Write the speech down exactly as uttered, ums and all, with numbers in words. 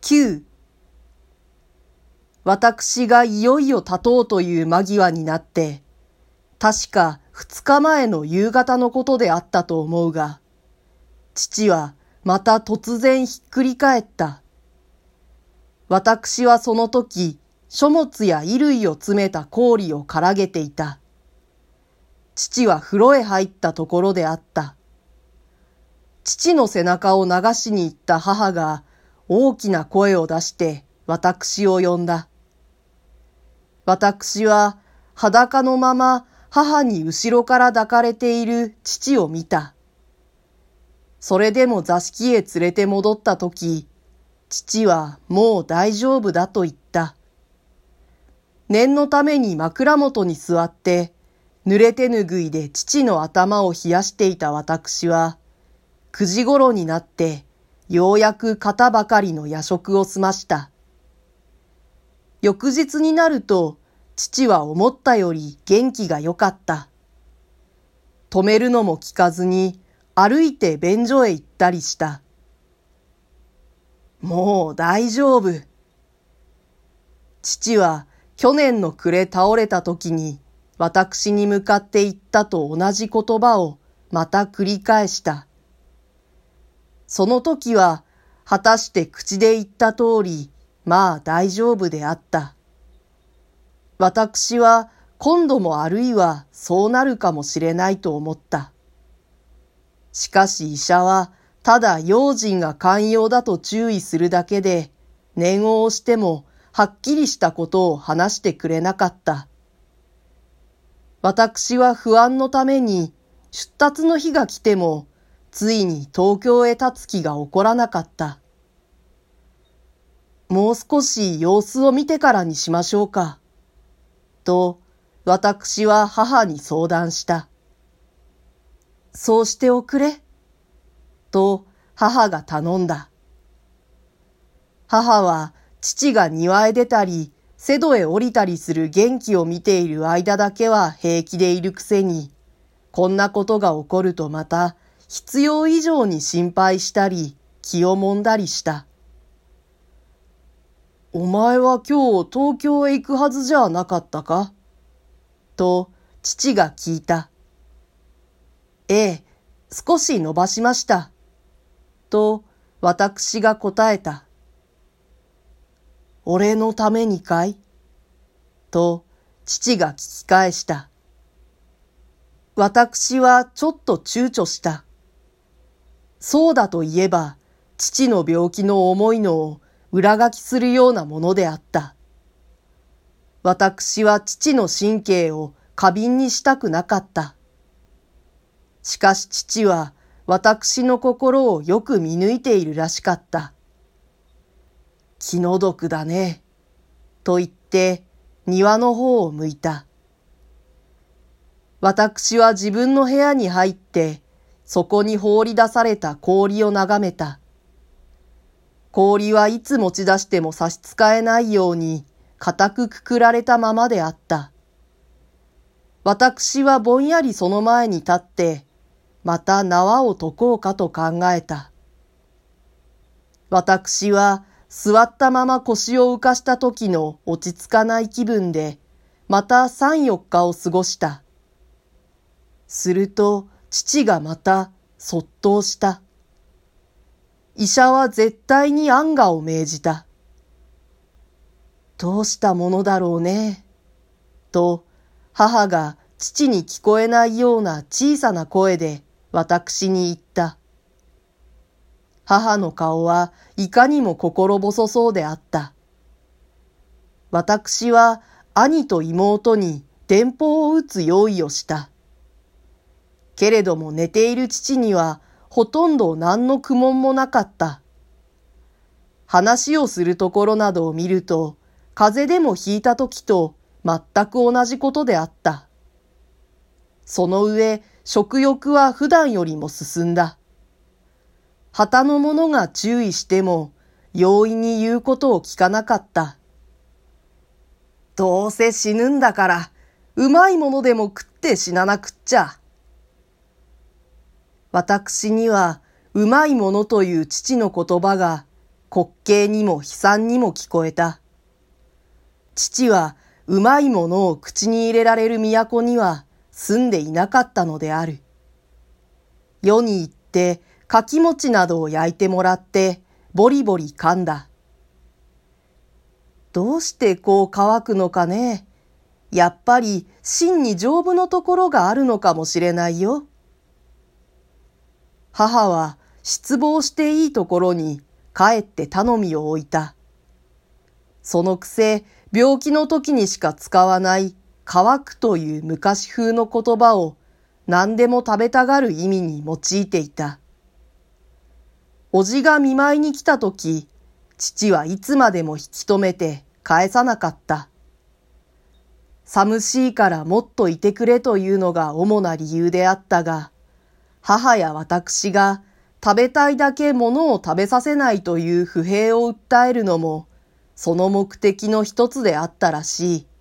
きゅう私がいよいよ立とうという間際になって、確か二日前の夕方のことであったと思うが、父はまた突然ひっくり返った。私はその時、書物や衣類を詰めた氷をからげていた。父は風呂へ入ったところであった。父の背中を流しに行った母が大きな声を出して私を呼んだ。私は裸のまま母に後ろから抱かれている父を見た。それでも座敷へ連れて戻ったとき、父はもう大丈夫だと言った。念のために枕元に座って、濡れ手ぬぐいで父の頭を冷やしていた私は、くじごろになって、ようやく肩ばかりの夜食を済ました。翌日になると、父は思ったより元気が良かった。止めるのも聞かずに、歩いて便所へ行ったりした。もう大丈夫。父は去年の暮れ倒れた時に私に向かって言ったと同じ言葉をまた繰り返した。その時は果たして口で言った通り、まあ大丈夫であった。私は今度もあるいはそうなるかもしれないと思った。しかし医者はただ用心が寛容だと注意するだけで、念を押してもはっきりしたことを話してくれなかった。私は不安のために出立の日が来ても、ついに東京へ立つ気が起こらなかった。もう少し様子を見てからにしましょうか。と、私は母に相談した。そうしておくれ。と、母が頼んだ。母は、父が庭へ出たり、瀬戸へ降りたりする元気を見ている間だけは平気でいるくせに、こんなことが起こるとまた、必要以上に心配したり、気をもんだりした。お前は今日東京へ行くはずじゃなかったかと父が聞いた。ええ、少し伸ばしました。と私が答えた。俺のためにかいと父が聞き返した。私はちょっと躊躇した。そうだといえば、父の病気の重いのを裏書きするようなものであった。私は父の神経を過敏にしたくなかった。しかし父は私の心をよく見抜いているらしかった。気の毒だね、と言って庭の方を向いた。私は自分の部屋に入って、そこに放り出された氷を眺めた。氷はいつ持ち出しても差し支えないように固くくくられたままであった。私はぼんやりその前に立って、また縄を解こうかと考えた。私は座ったまま腰を浮かした時の落ち着かない気分で、また三四日を過ごした。すると父がまた卒倒した。医者は絶対に安雅を命じた。どうしたものだろうね。と母が父に聞こえないような小さな声で私に言った。母の顔はいかにも心細そうであった。私は兄と妹に電報を打つ用意をした。けれども寝ている父にはほとんど何の苦悶もなかった。話をするところなどを見ると、風邪でもひいた時と全く同じことであった。その上、食欲は普段よりも進んだ。旗の者が注意しても、容易に言うことを聞かなかった。どうせ死ぬんだから、うまいものでも食って死ななくっちゃ。私にはうまいものという父の言葉が滑稽にも悲惨にも聞こえた。父はうまいものを口に入れられる都には住んでいなかったのである。世に行ってかき餅などを焼いてもらってボリボリ噛んだ。どうしてこう乾くのかね。やっぱり芯に丈夫のところがあるのかもしれないよ。母は失望していいところに帰って頼みを置いた。そのくせ病気の時にしか使わない乾くという昔風の言葉を何でも食べたがる意味に用いていた。おじが見舞いに来た時、父はいつまでも引き止めて返さなかった。寒しいからもっといてくれというのが主な理由であったが、母や私が食べたいだけものを食べさせないという不平を訴えるのも、その目的の一つであったらしい。